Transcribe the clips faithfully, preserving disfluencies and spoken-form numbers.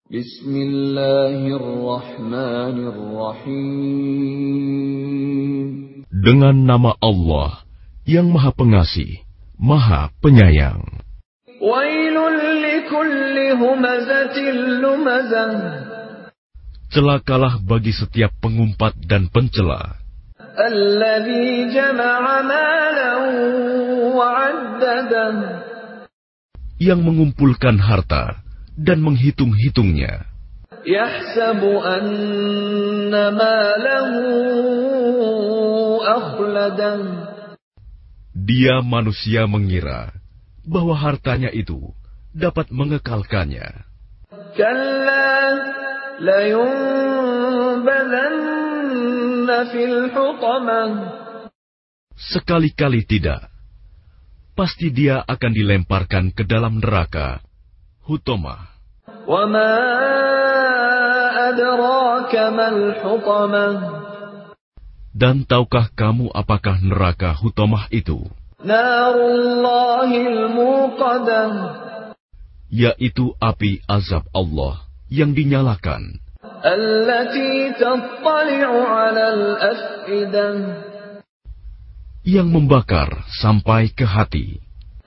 Bismillahirrahmanirrahim. Dengan nama Allah yang Maha Pengasih, Maha Penyayang. Wailul likulli humazatil lumazah. Celakalah bagi setiap pengumpat dan pencela. Alladzi jama'a malan wa 'addadah. Yang mengumpulkan harta dan menghitung-hitungnya. Yahsabu anna malahu akhladah. Dia manusia mengira bahwa hartanya itu dapat mengekalkannya. Kalla layunbadanna fil hutamah. Sekali-kali tidak. Pasti dia akan dilemparkan ke dalam neraka, Hutamah. Wa ma adraka mal hutamah. Dan tahukah kamu apakah neraka Hutamah itu? Narullahil muqadah. Yaitu api azab Allah yang dinyalakan. Allati tattali'u 'alal af'idah. Yang membakar sampai ke hati.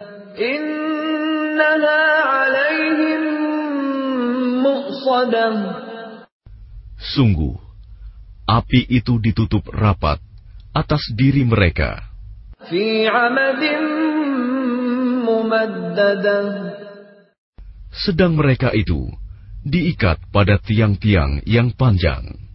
Innaha 'alaihim mu'sadah. Sungguh, api itu ditutup rapat atas diri mereka. Fi 'amadin mumaddadah. Sedang mereka itu diikat pada tiang-tiang yang panjang.